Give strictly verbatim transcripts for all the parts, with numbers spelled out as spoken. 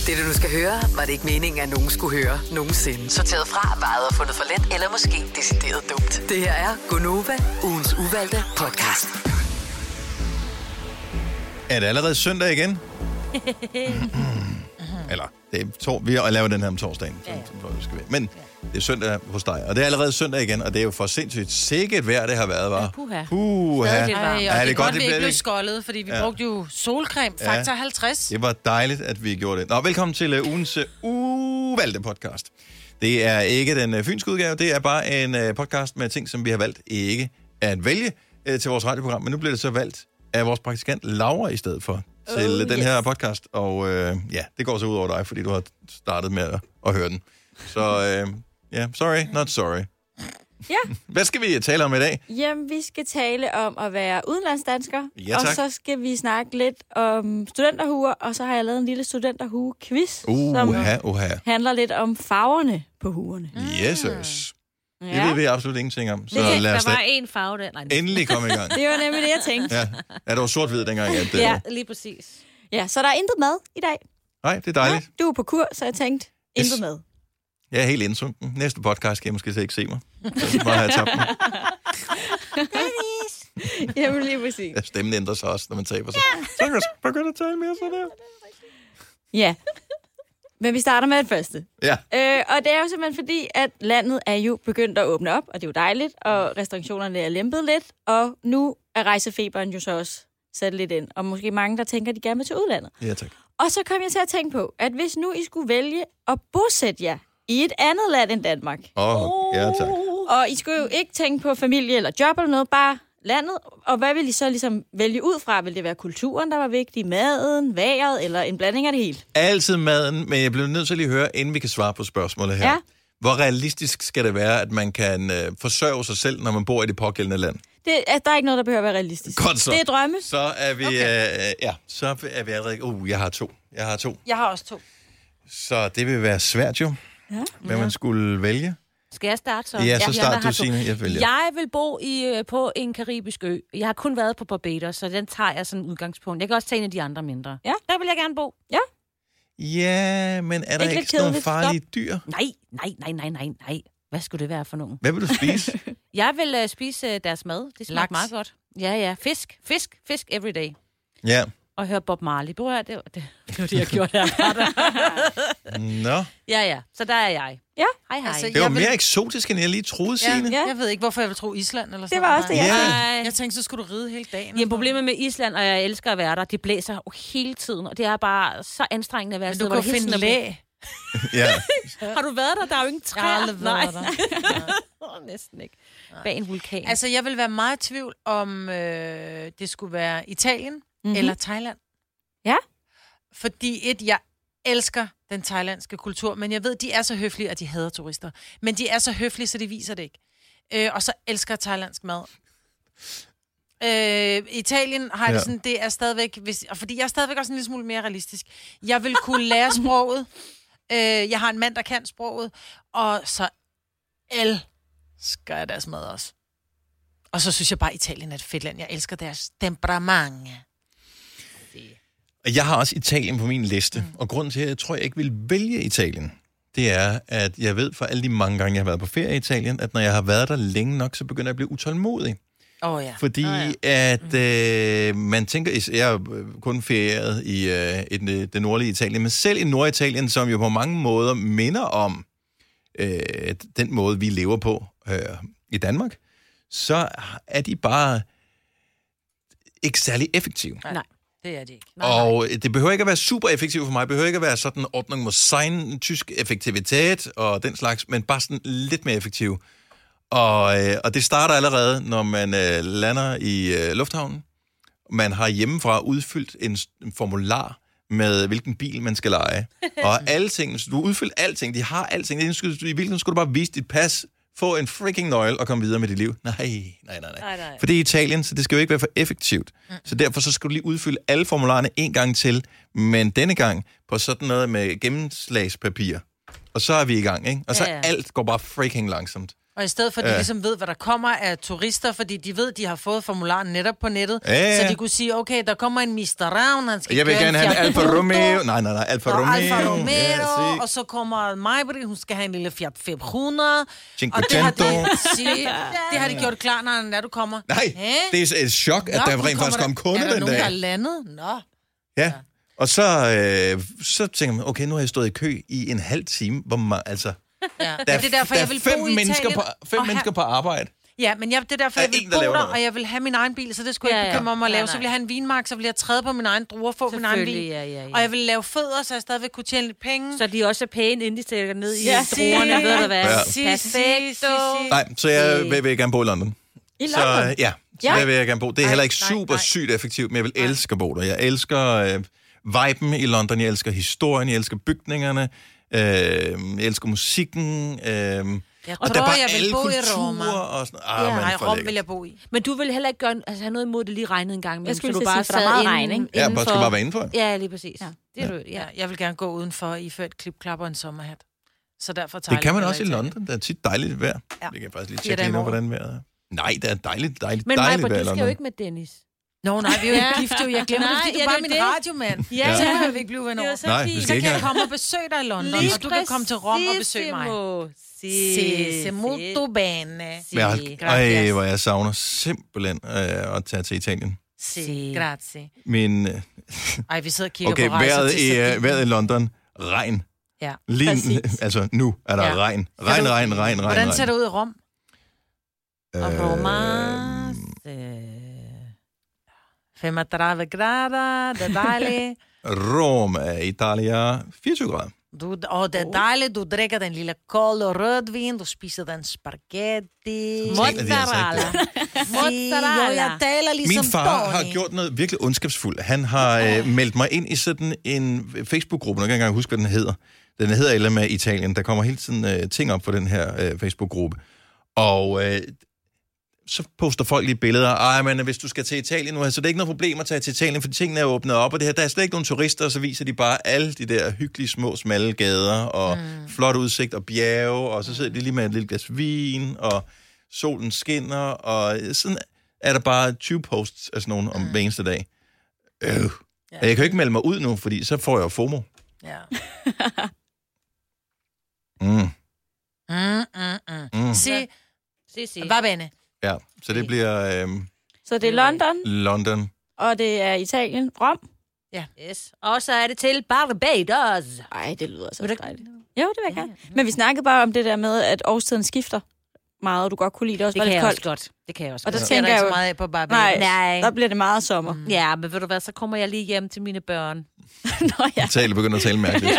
Det, du skal høre, var det ikke meningen, at nogen skulle høre nogensinde. Sorteret fra, vejet og fundet for let, eller måske decideret dumt. Det her er Gonova, ugens uvalgte podcast. Er det allerede søndag igen? Eller, det er tor- vi har lavet den her om torsdagen. Ja, ja. Skal vi. Men det er søndag hos dig, og det er allerede søndag igen, og det er jo for sindssygt sikkert vejr, det har været, var. Ja, puha. Puha. Ej, ja, det er det er godt, vi ikke blev skoldet, fordi vi ja. brugte jo solcreme, faktor ja. halvtreds. Det var dejligt, at vi gjorde det. Nå, velkommen til uh, ugens uh, uvalgte podcast. Det er ikke den uh, fynske udgave, det er bare en uh, podcast med ting, som vi har valgt ikke at vælge uh, til vores radioprogram, men nu bliver det så valgt af vores praktikant Laura i stedet for til oh, den yes. her podcast, og øh, ja, det går så ud over dig, fordi du har startet med at, at høre den. Så ja, øh, yeah, sorry, not sorry. Ja. Hvad skal vi tale om i dag? Jamen, vi skal tale om at være udenlandsdansker, ja, og så skal vi snakke lidt om studenterhuer, og så har jeg lavet en lille studenterhue-quiz, uh, som uha, uha. handler lidt om farverne på huerne. Jesus. Det Ja. ved vi absolut ingenting om. Så det, lad os der var en farve der. Nej, endelig komme i gang. Det var nemlig det, jeg tænkte. Ja, ja det var sort-hvid dengang. At, ja, lige præcis. Ja, så der er intet mad i dag. Nej, det er dejligt. Ja, du er på kur, så jeg tænkte, intet yes. mad. Jeg er helt indsunken. Næste podcast skal jeg måske ikke se mig. Så bare have tabt mig. Jamen lige præcis. Ja, stemmen ændrer sig også, når man taber sig. Ja. Så kan jeg begynde at tale mere sådan der. Ja. Men vi starter med det første. Ja. Øh, og det er jo simpelthen fordi, at landet er jo begyndt at åbne op, og det er jo dejligt, og restriktionerne er lempet lidt, og nu er rejsefeberen jo så også sat lidt ind, og måske mange, der tænker, at de gerne vil til udlandet. Ja, tak. Og så kom jeg til at tænke på, at hvis nu I skulle vælge at bosætte jer i et andet land end Danmark, Åh, oh, ja tak. og I skulle jo ikke tænke på familie eller job eller noget, bare landet, og hvad vil I så ligesom vælge ud fra? Vil det være kulturen, der var vigtig, maden, vejret, eller en blanding af det hele? Altid maden, men jeg bliver nødt til at lige høre, inden vi kan svare på spørgsmålet her. Ja. Hvor realistisk skal det være, at man kan øh, forsørge sig selv, når man bor i det pågældende land? Det, altså, der er ikke noget, der behøver at være realistisk. Godt så. Det er drømme. Så er vi, okay. øh, ja, så er vi allerede... Uh, jeg har to. Jeg har to. Jeg har også to. Så det vil være svært jo, Ja. hvad man skulle vælge. Skal jeg starte så? Ja, så Jeg start har du, to. Signe. Jeg vælger. Jeg vil bo i, på en karibisk ø. Jeg har kun været på Barbados, så den tager jeg sådan udgangspunkt. Jeg kan også tage en af de andre mindre. Ja. Der vil jeg gerne bo. Ja. Ja, men er der Ikke ikke, lidt sådan nogle kedeligt? farlige dyr? Nej, nej, nej, nej, nej, nej. Hvad skulle det være for nogen? Hvad vil du spise? Jeg vil uh, spise uh, deres mad. Det smager Laks. meget godt. Ja, ja. Fisk. Fisk. Fisk every day. Ja. Og høre Bob Marley. Det var det, det, det, var det jeg gjorde her. Nå. Ja, ja. Så der er jeg. Ja. Hej, hej. Altså, Det var Jeg vil- mere eksotisk, end jeg lige troede, Ja, Signe. Ja. jeg ved ikke, hvorfor jeg vil tro Island eller sådan Det var også det, jeg Ja. tænkte. Nej. Jeg tænkte, så skulle du ride hele dagen. Jamen, problemet med Island, og jeg elsker at være der, det blæser jo hele tiden, og det er bare så anstrengende at være Men et du sted, hvor kan det hele finde tiden er læ. Ja. blæ- Har du været der? Der er jo ingen træer. Jeg har aldrig været Nej. der. Åh, næsten ikke. Bag en vulkan. Altså, jeg vil være meget i tvivl om, øh, det skulle være Italien mm-hmm. eller Thailand. Ja. Fordi et, jeg elsker den thailandske kultur, men jeg ved, de er så høflige, at de hader turister. Men de er så høflige, så de viser det ikke. Øh, og så elsker jeg thailandsk mad. Øh, Italien har jeg Ja. det sådan, det er stadigvæk, hvis, og fordi jeg er stadigvæk også en lille smule mere realistisk. Jeg vil kunne lære sproget. Øh, jeg har en mand, der kan sproget. Og så elsker jeg deres mad også. Og så synes jeg bare, at Italien er et fedt land. Jeg elsker deres temperament. Jeg har også Italien på min liste, mm. og grunden til, at jeg tror, jeg ikke vil vælge Italien, det er, at jeg ved fra alle de mange gange, jeg har været på ferie i Italien, at når jeg har været der længe nok, så begynder jeg at blive utålmodig. Åh oh, ja. Fordi oh, ja. at øh, man tænker, jeg er kun ferieret i, øh, i den, det nordlige Italien, men selv i Norditalien, som jo på mange måder minder om øh, den måde, vi lever på øh, i Danmark, så er de bare ikke særlig effektive. Nej. Det er det ikke. Nej, nej. Og det behøver ikke at være super effektivt for mig. Det behøver ikke at være sådan ordning mod sein, tysk effektivitet og den slags, men bare sådan lidt mere effektiv. Og, øh, og det starter allerede, når man øh, lander i øh, lufthavnen. Man har hjemmefra udfyldt en, en formular med, hvilken bil man skal leje. Og alting, så du har udfyldt alting. De har alting. I virkeligheden skulle du bare vise dit pas, få en freaking nøgle og komme videre med dit liv. Nej, nej, nej, nej. Nej, nej. For det er Italien, så det skal jo ikke være for effektivt. Mm. Så derfor så skal du lige udfylde alle formularerne en gang til, men denne gang på sådan noget med gennemslagspapir. Og så er vi i gang, ikke? Og så Ja, ja. alt går bare freaking langsomt. Og i stedet for, at de Ja. ligesom ved, hvad der kommer af turister, fordi de ved, de har fået formularen netop på nettet, Ja, ja. så de kunne sige, okay, der kommer en mister Ravn, han skal Jeg vil køre gerne en have en Fiat Alfa Punto, Romeo. Nej, nej, nej, Alfa og Romeo. Alfa Romeo, Ja, og så kommer Majbrit, hun skal have en lille Fiat fem hundrede. Cinquecento. Og det har, de, sige, det har de gjort klar, når, når du kommer. Nej, Hæ? det er et chok, at Nå, der nu rent faktisk kom der- kunder Er der den nogen, der er dag. landet? Nå. Ja. Og så, øh, så tænker man, okay, nu har jeg stået i kø i en halv time. Hvor man, altså, Ja. der, Men det er derfor, der jeg er vil fem bo i mennesker Italien. på, fem og mennesker på arbejde. Ja, men jeg, det er derfor, Der er jeg vil en, der bo laver der, noget. og jeg vil have min egen bil, så det skulle jeg Ja, ikke ja. bekymre mig om at Nej, lave. nej. Så vil jeg have en vinmark, så vil jeg træde på min egen druer, få min egen Selvfølgelig, bil. ja, ja, ja. Og jeg vil lave fødder, så jeg stadigvæk kunne tjene lidt penge. Så de også er pæne, inden de stikker ned i Ja. druerne, ved du hvad? Ja. Perfekto. Nej, så jeg vil, vil jeg gerne bo i London. I Så London? øh, ja, så Ja. der vil jeg gerne bo. Det er Nej, heller ikke nej, super nej. sygt effektivt, men jeg vil elske at bo der. Jeg elsker øh, viben i London, jeg elsker historien, jeg elsker bygningerne, øh, jeg elsker musikken, øh, Jeg og tror, der er bare jeg vil alle bo i kulturer Roma. og sådan. Ah, Ja. man, Nej, for Rom lækkert. vil jeg bo i. Men du vil heller ikke gøre, altså, have noget imod, det lige regnede en gang. Men Jeg skulle så du lige bare sige, for der er sad meget inden- regn, ikke? Ja, indenfor- bare skal bare være indenfor. Ja, lige præcis. Ja. Det er du, ja. Ja, jeg vil gerne gå udenfor i før et klipklap og en sommerhat. Så derfor Det Thailand kan man eller også i Italien. London. Der er tit dejligt vejr. Ja. Det kan jeg faktisk lige Fire tjekke dage lige nu, om året. hvordan vejret er. Nej, det er dejligt, dejligt, Men dejligt Majbert, vejr i du skal jo London. ikke med Dennis. Nå, nej, vi er jo ikke gift, jo. Jeg glemmer det, Nej, fordi du ja, er bare det er min det. radiomand. Ja. Så kan vi ikke blive venner. Det var så Nej, fint. vi Så skal ikke kan jeg have... komme og besøge dig i London, Lige og du kan komme til Rom og besøge mig. Sì, Se, molto bene. Men jeg, Sì. ej, hvor jeg savner simpelthen øh, at tage til Italien. Si, grazie. Min, øh, Ej, vi sidder og kigger okay, på rejser vejret til i, Sardinien. øh, vejret i London, regn. Ja. Lige, Præcis. altså nu er der Ja. regn. Kan Regn, du- regn, regn, regn. Hvordan regn. ser det ud i Rom? Og Roma. femogtredive grader, det er dejligt. Roma, Italia, fireogtyve grader. Du, og det er dejligt, du drikker den lille kolde rødvin, du spiser den spaghetti. Taler de altså ikke det? Si, jo, jeg taler ligesom Min far Tony. har gjort noget virkelig ondskabsfuldt. Han har øh, meldt mig ind i sådan en Facebook-gruppe, nu kan jeg ikke engang huske, hvad den hedder. Den hedder eller med Italien. Der kommer hele tiden øh, ting op på den her øh, Facebook-gruppe. Og øh, så poster folk lige billeder. Ej, men hvis du skal til Italien nu, så det er ikke noget problem at tage til Italien, for tingene er åbnet op, og det her, der er slet ikke nogen turister, og så viser de bare alle de der hyggelige små, smalle gader, og mm. flot udsigt og bjerge, og så sidder de lige med et lille glas vin, og solen skinner, og sådan er der bare tyve posts af sådan nogen om mm. hver eneste dag. Øh. Ja. Jeg kan jo ikke melde mig ud nu, fordi så får jeg jo FOMO. Ja. Mm. Mm, mm, mm. Mm. Si, Si, si. va bene. Ja, så det bliver øh, Så det er London, London. og det er Italien. Rom. Yes. Og så er det til Barbados. Ej, det lyder så Vil du- dejligt. Jo, det vil jeg gerne. Men vi snakkede bare om det der med, at årstiden skifter meget, og du godt kunne lide det også Det var kan lidt jeg koldt. også godt. Det kan jeg også Og der godt. Det er tænker der jeg ikke jo, så meget af på Barbados. nej, Nej. der bliver det meget sommer. Mm. Ja, men ved du hvad, så kommer jeg lige hjem til mine børn. Nå ja, Tale begynder at tale mærkeligt.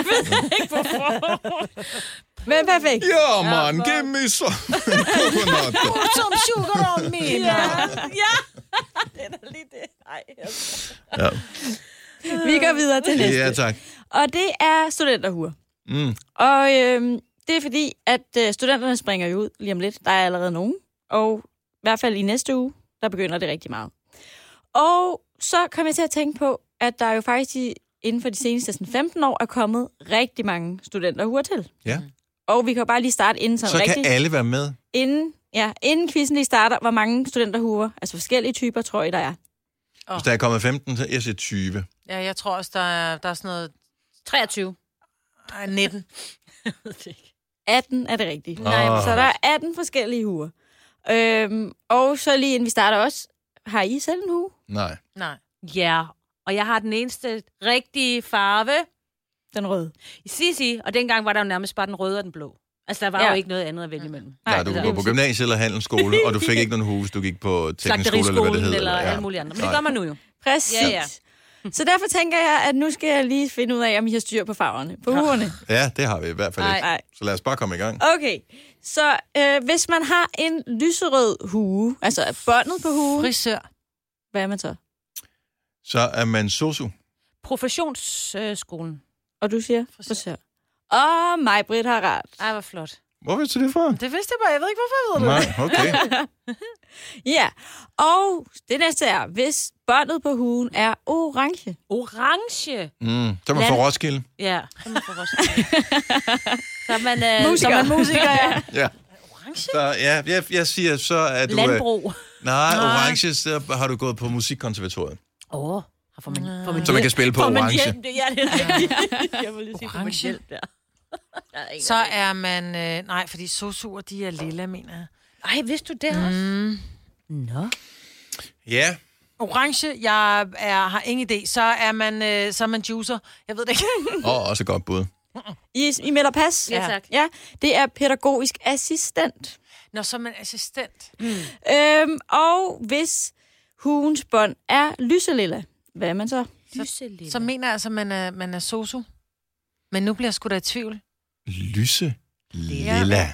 men perfekt. Ja, man, giv mig så en coconut. Som sugar on me. Ja, ja. Det er da lige det. Ej, Ja. vi går videre til næste. Ja, tak. Og det er studenterhuer. Mm. Og øhm, det er fordi, at øh, studenterne springer jo ud lige om lidt. Der er allerede nogen. Og i hvert fald i næste uge, der begynder det rigtig meget. Og så kom jeg til at tænke på, at der jo faktisk i, inden for de seneste sådan femten år er kommet rigtig mange studenterhuer til. Ja. Og vi kan jo bare lige starte inden sådan Så rigtig. kan alle være med. Inden, ja, inden quizzen lige starter, hvor mange studenterhuer, altså forskellige typer, tror I, der er. Hvis der er kommet femten, så jeg siger tyve. Ja, jeg tror også, der er, der er sådan noget treogtyve. ej, nitten. atten er det rigtige. Nej. Så der er atten forskellige huer. Øhm, og så lige inden vi starter også, har I selv en hue? Nej. Nej. Ja, og jeg har den eneste rigtige farve. Den røde. Sisi, og dengang var der jo nærmest bare den røde og den blå. Altså, der var Ja. jo ikke noget andet at vælge imellem. Nej, du det kunne der- gå på gymnasiet eller handelsskole, og du fik ikke nogen hus, du gik på teknisk skole, eller hvad det Slagteriskolen hedder. eller ja. alle mulige andre. Men det Nej. gør man nu jo. Præcis. Ja, ja. Så derfor tænker jeg, at nu skal jeg lige finde ud af, om I har styr på farverne. På huerne. Ja, det har vi i hvert fald Nej. ikke. Nej. Så lad os bare komme i gang. Okay. Så øh, hvis man har en lyserød hue, altså båndet på huen, Frisør. hvad er man så? Så er man sosu. Professionsskolen. Og du siger? Frisør. Og mig, Britt, har ret. Ej, hvor flot. Hvor vidste du det fra? Det vidste jeg bare. Jeg ved ikke, hvorfor jeg ved det. Nej, okay. Ja. Og det næste er, hvis båndet på huen er orange. Orange. Mm, så er man Land- fra Roskilde. Ja, så er man fra Roskilde. Så er man, øh, Musiker. så er man musiker, ja. Ja. Orange? Så, ja, jeg, jeg siger så, at du... Landbrug. Øh, nej, orange, så har du gået på musikkonservatoriet. Åh, oh, får man, får man Så man kan spille på får man orange. hjælp? Ja, det er rigtigt. Jeg vil lige sige, får man Orange? hjælp der. Så er man... Øh, nej, fordi sosuer, de er lilla, mener jeg. Ej, vidste du det også? Mm. Nå. Ja. Orange, jeg er, har ingen idé. Så er man, øh, så er man juicer. Jeg ved det ikke. Og også et godt bud. I, I melder pas? Ja, tak. Ja, det er pædagogisk assistent. Nå, så er man assistent. Mm. Øhm, og hvis hugens bånd er lyselilla, hvad er man så? Lyselilla. Så mener jeg altså, man er, man er sosu. Men nu bliver jeg sgu da i tvivl. Lyse lilla.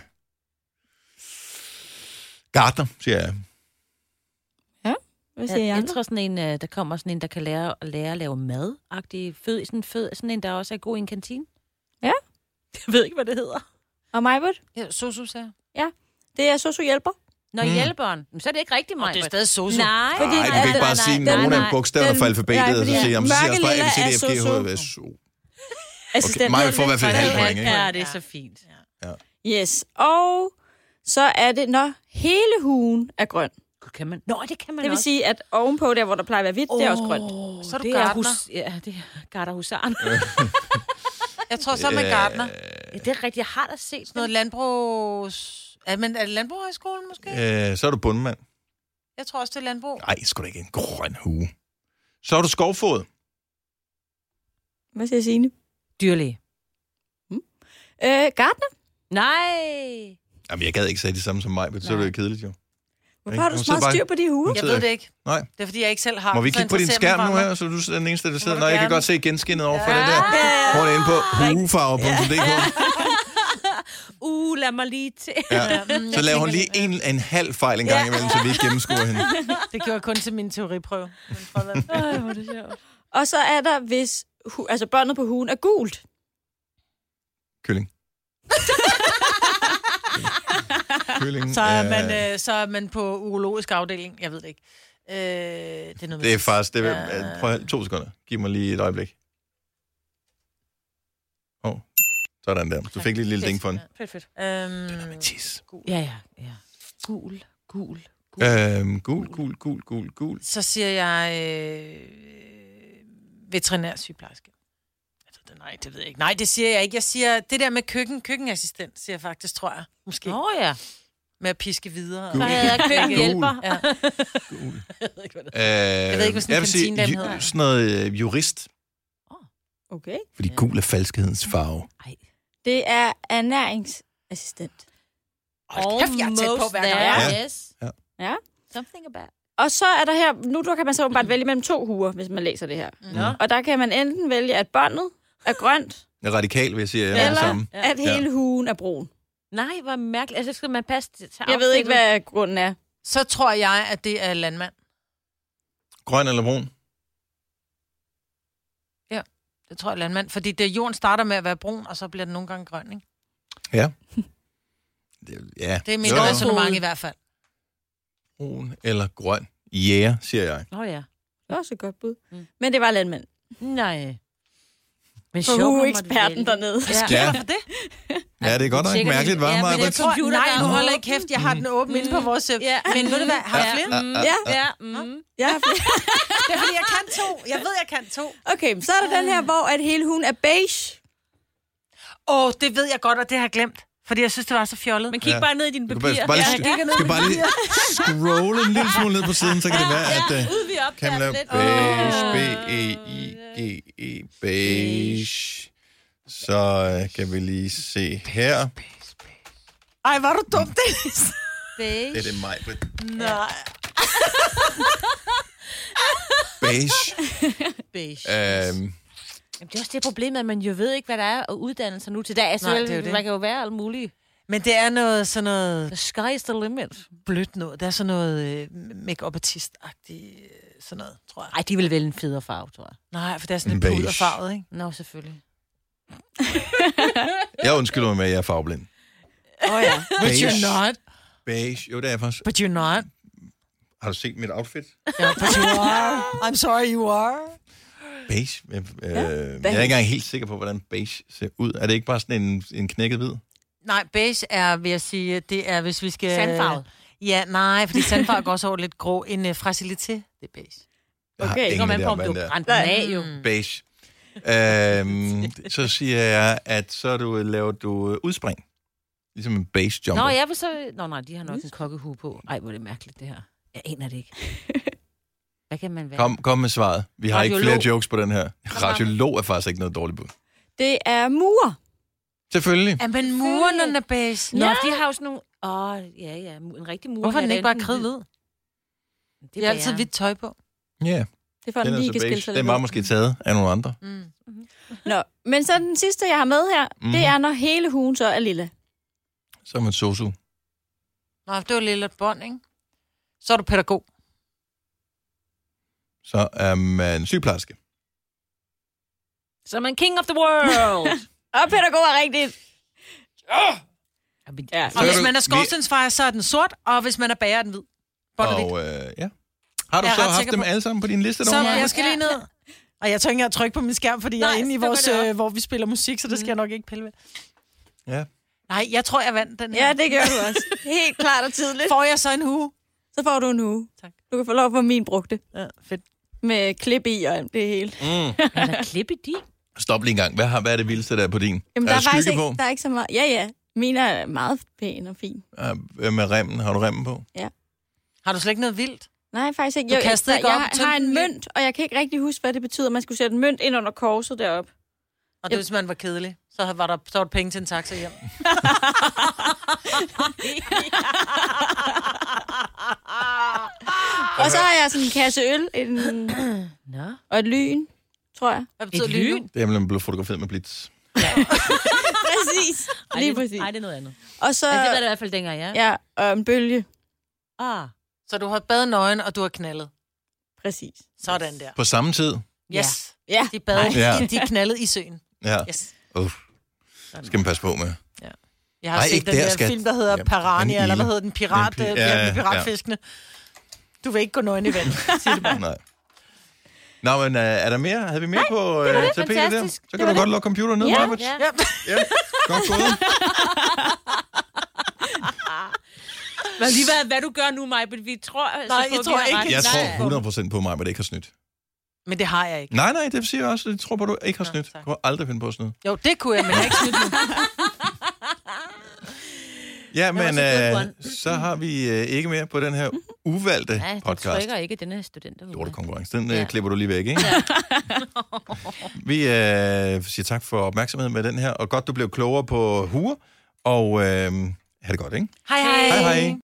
Gartner, siger jeg. Hvad siger Jeg, jeg, jeg tror sådan en, øh, der kommer sådan en, der kan lære, lære at lave mad-agtig fød, sådan, fød, sådan en, der også er god i en kantine. Ja. Jeg ved ikke, hvad det hedder. Og Majbert? Ja, sosu, sagde Ja, det er sosu-hjælper. Når Mm. hjælperen, så er det ikke rigtigt, mig. det er stadig sosu. Nej, Fordi- Nej, du kan ikke bare sige nogle af bogstaverne fra alfabetet, og så fordi sige, jamen, så siger jeg også bare A, mørke B, C, D, lilla F, G, H, er I, S, O. Assistent. Maja får i hvert fald et halvt point, ikke? Ja, det er så fint. Yes, og så er det, når hele hugen er grøn. Kan man? Nå, det kan man Det vil også. sige, at ovenpå der, hvor der plejer at være hvidt, det er også grønt. Så er du det er gartner. hus, ja, det er garterhusaren. Jeg tror, så er man gartner. Ja, det er rigtigt. Jeg har da set Sådan noget landbrugs... Er, men er det landbrugshøjskolen måske? Øh, så er du bundmand. Jeg tror også, det er landbrug. Nej, sgu da ikke en grøn hue. Så er du skovfod. Hvad siger Signe? Dyrlæge. Øh, gartner? Nej. Jamen, jeg gad ikke sige det samme som mig, men så er det jo kedeligt, jo. Hvorfor Ikke? har du Hun så sidder meget bare- styr på de huer? Hun Jeg sidder- ved det ikke. Nej. Det er, fordi jeg ikke selv har... Må vi så kigge på din interesserer skærm mig nu for her, så du er den eneste, der sidder? du Nej, jeg kan gerne. godt se genskinnet over for det der. Prøv det ind på huefarver punktum d k. Uh, lad mig lige til. Ja. Så laver hun lige en, en halv fejl en gang imellem, så vi ikke gennemskuer hende. Det gjorde jeg kun til min teoriprøve. Men fred være. Ej, hvor er det sjovt. Og så er der, hvis hu- altså båndet på hugen er gult. Kylling. Kylling. Så er, øh, man, øh, så er man på urologisk afdeling. Jeg ved det ikke. Øh, det er noget Det er faktisk... Det er, Ja. prøv at- to sekunder. Giv mig lige et øjeblik. Åh, oh, sådan der. Du fik lige et lille ding for den. Fedt, fedt. Øhm, Tis. Ja, ja, ja. Gul, gul, gul. Øhm, gul, gul, gul, gul, gul. så siger jeg øh, veterinær sygeplejerske. Jeg ved det, nej, det ved jeg ikke. Nej, det siger jeg ikke. Jeg siger det der med køkken, køkkenassistent, siger jeg faktisk, tror jeg. Måske. Nå ja. Med at piske videre. Gul. Så havde jeg køkkenhjælper. Ja. Gul. Jeg ved ikke, hvad det Øh, Jeg ved ikke, hvad sådan en jeg vil sige, kantinedame ju- hedder. sådan noget øh, jurist. Okay. Fordi gul er falskhedens farve. Ej. Det er ernæringsassistent. Hold kæft, jeg er tæt på hver gang. There, Ja. yes. Ja. Ja. Something about. Og så er der her, nu der kan man så åbenbart vælge mellem to huer, hvis man læser det her. Nå. Og der kan man enten vælge, at båndet er grønt, Jeg er radikal, vil jeg sige. Jeg er det eller samme. at hele hugen er brun. Nej, hvor mærkeligt. Altså, skal man passe til Jeg ved ikke, hvad grunden er. Så tror jeg, at det er landmand. Grøn eller brun? Det tror jeg er landmand. Fordi det, jorden starter med at være brun, og så bliver den nogle gange grøn, ikke? Ja. Det, ja. Det er mit Jo, jo. resonemang i hvert fald. Brun eller grøn? Ja, yeah, siger jeg. Nå ja. Det er også et godt bud. Mm. Men det var landmand. Nej. Men For sjovt, man måtte hueeksperten vælge. dernede. Ja. Ja, For det? ja det er godt nok Sikkert mærkeligt, ikke. var Ja, mig? men jeg tror- Computer, Nej, der nu er holder jeg åben. kæft. Jeg har den åben inde på vores... Ja. Men ved du hvad? Har jeg flere? Mm. Ja, Ja, mm. jeg har flere. Det er fordi, jeg kan to. Jeg ved, jeg kan to. Okay, så er der den her, hvor at hele hugen er beige. Åh, oh, det ved jeg godt, og det har jeg glemt. Fordi jeg synes, det var så fjollet. Men kig Ja. bare ned i dine Du kan papirer. bare, bare lige, Ja, skal, skal bare lige scrolle en lille smule ned på siden, så kan det være, at... ja, Uh, ud vi op kan man lave lidt. beige, B-E-I-G-E, beige. Så øh, kan vi lige se her. Ej, var du dum, Dennis? Beige. Det er det mig. Nej. Beige. Beige. Øhm, Jamen, det er også det problem, at man jo ved ikke, hvad der er at uddanne sig nu til dag. Altså, Nej, Nej, det er jo det. Man kan jo være alt muligt. Men det er noget sådan noget The sky is the limit. blødt noget. Det er sådan noget øh, make-up-artist-agtigt, øh, sådan noget, tror jeg. Ej, de vil vælge en federe farve, tror jeg. Nej, for det er sådan En lidt beige. puderfarvet, ikke? Nå, selvfølgelig. jeg undskylder mig med, at jeg er farveblind. Åh oh, ja. But you're not. Beige. Jo, det er jeg faktisk. But you're not. Har du set mit outfit? Yeah, but you are. I'm sorry, you are. Beige. Øh, øh, jeg er ikke engang helt sikker på, hvordan beige ser ud. Er det ikke bare sådan en, en knækket hvid? Nej, beige er, vil jeg sige, det er, hvis vi skal... Sandfarvet. Ja, nej, fordi sandfarvet går også over lidt grå. En uh, fragilité, det er beige. Jeg har Okay, ingen Når man idé på, om, om du hvad det er. brændte den af, jo. Beige. Øhm, så siger jeg, at så du, laver du udspring. Ligesom en base jumper. Nå, jeg vil så... Nå, nej, de har nok en kokkehue på. Ej, hvor er det mærkeligt, det her. Jeg aner det ikke. Hvad kan man være? Kom, kom med svaret. Vi har Radiolog. ikke flere jokes på den her. Radiolog er faktisk ikke noget dårligt bud. Det er murer. Selvfølgelig. Ja, men murerne er beige. Nå, Ja. de har jo sådan nogle... Åh, ja, ja, en rigtig mur. Hvorfor er den ikke bare kridhvid? Det De har altid hvidt tøj på. Ja, Det er for, at den den er lige så kan skille beige. sig Den lidt var ud. måske taget af nogle andre. Mm. Nå, men så den sidste, jeg har med her, Mhm. det er, når hele hugen så er lille. Så er man sosu. Nå, det var lille bånd, ikke? Så er du pædagog. Så er man sygeplejerske. Så er man king of the world. Og pædagog er rigtigt. Ja, Og Så hvis kan man du- er skorstensfejer, så er den sort, og hvis man er bager, er den hvid. Bånd og hvidt. Og øh, ja. Har du Jeg er så ret haft sikker dem på- alle sammen på din liste Så derovre? jeg skal lige ned. Og jeg tør ikke engang trykke på min skærm, fordi Nej, jeg er inde i så vores, går det op. øh, hvor vi spiller musik, så det skal jeg nok ikke pille ved. Ja. Nej, jeg tror, jeg vandt den her. Ja, det gør du også. Helt klart og tydeligt. Får jeg så en hue? Så får du en uge. Tak. Du kan få lov at få min brugte. Ja, fedt. Med klip i og det hele. Mm. Er der klip i de? Stop lige en gang. Hvad, har, hvad er det vildeste, der er på din? Jamen, er der der er faktisk skygge ikke, på? der er ikke så meget. Ja, ja. Min er meget pæn og fin. Uh, med remmen. Har du remmen på? Har du slet ikke noget vildt? Nej, faktisk ikke. Du Jeg, kastede jeg, ikke op, jeg, tømte har en den lige. mønt, og jeg kan ikke rigtig huske, hvad det betyder. Man skulle sætte en mønt ind under korset deroppe. Og det hvis man var kedelig. Så var der, så var der penge til en taxa hjem. Og så har jeg sådan en kasse øl en, Nå. og et lyn, tror jeg. Hvad betyder Et lyn? lyn? Det er simpelthen blevet fotograferet med blitz. Præcis. Ej, Lige det, præcis. Ej, det er noget andet. Og så, Men det var det i hvert fald dengang, ja. ja, og en bølge. Ah. Så du har badet nøgen, og du har knaldet. Præcis. Sådan der. På samme tid? Yes. Ja. De badede, Ja. de, de knaldede i søen. Ja. Yes. Uh. Skal man passe på med. Jeg har Ej, set ikke den der, der skat. film, der hedder Ja, Piranha, den eller hvad ilde. hedder den? Pirat, Den pi- øh, ja, ja, ja, med piratfiskene. Du vil ikke gå nøgen i vand. Sig det bare. Nej. Nå, men uh, er der mere? Havde vi mere på uh, tapetet der? Fantastisk. Så Det kan var du godt lukke computeren ned, Ja, Marbet. ja. Ja. Ja, godt gået. Men lige hvad, hvad du gør nu, Majbet, vi tror... Nej, jeg på, vi tror har ikke. ret. Jeg Nej. tror hundrede procent på mig, at det ikke har snydt. Men det har jeg ikke. Nej, nej, det siger jeg også. Jeg tror på, at du ikke har Nå, snydt. tak. Du har aldrig finde på at snyde. Jo, det kunne jeg, men jeg har ikke snydt nu. Ja, men så good øh, one. så har vi øh, ikke mere på den her uvalgte Ja, du podcast. trykker ikke denne studenter. Lorte konkurrence. Den øh, Ja. klipper du lige væk, ikke? Vi øh, siger tak for opmærksomheden med den her, og godt, du blev klogere på huer, og øh, ha' det godt, ikke? Hej, hej. Hej, hej.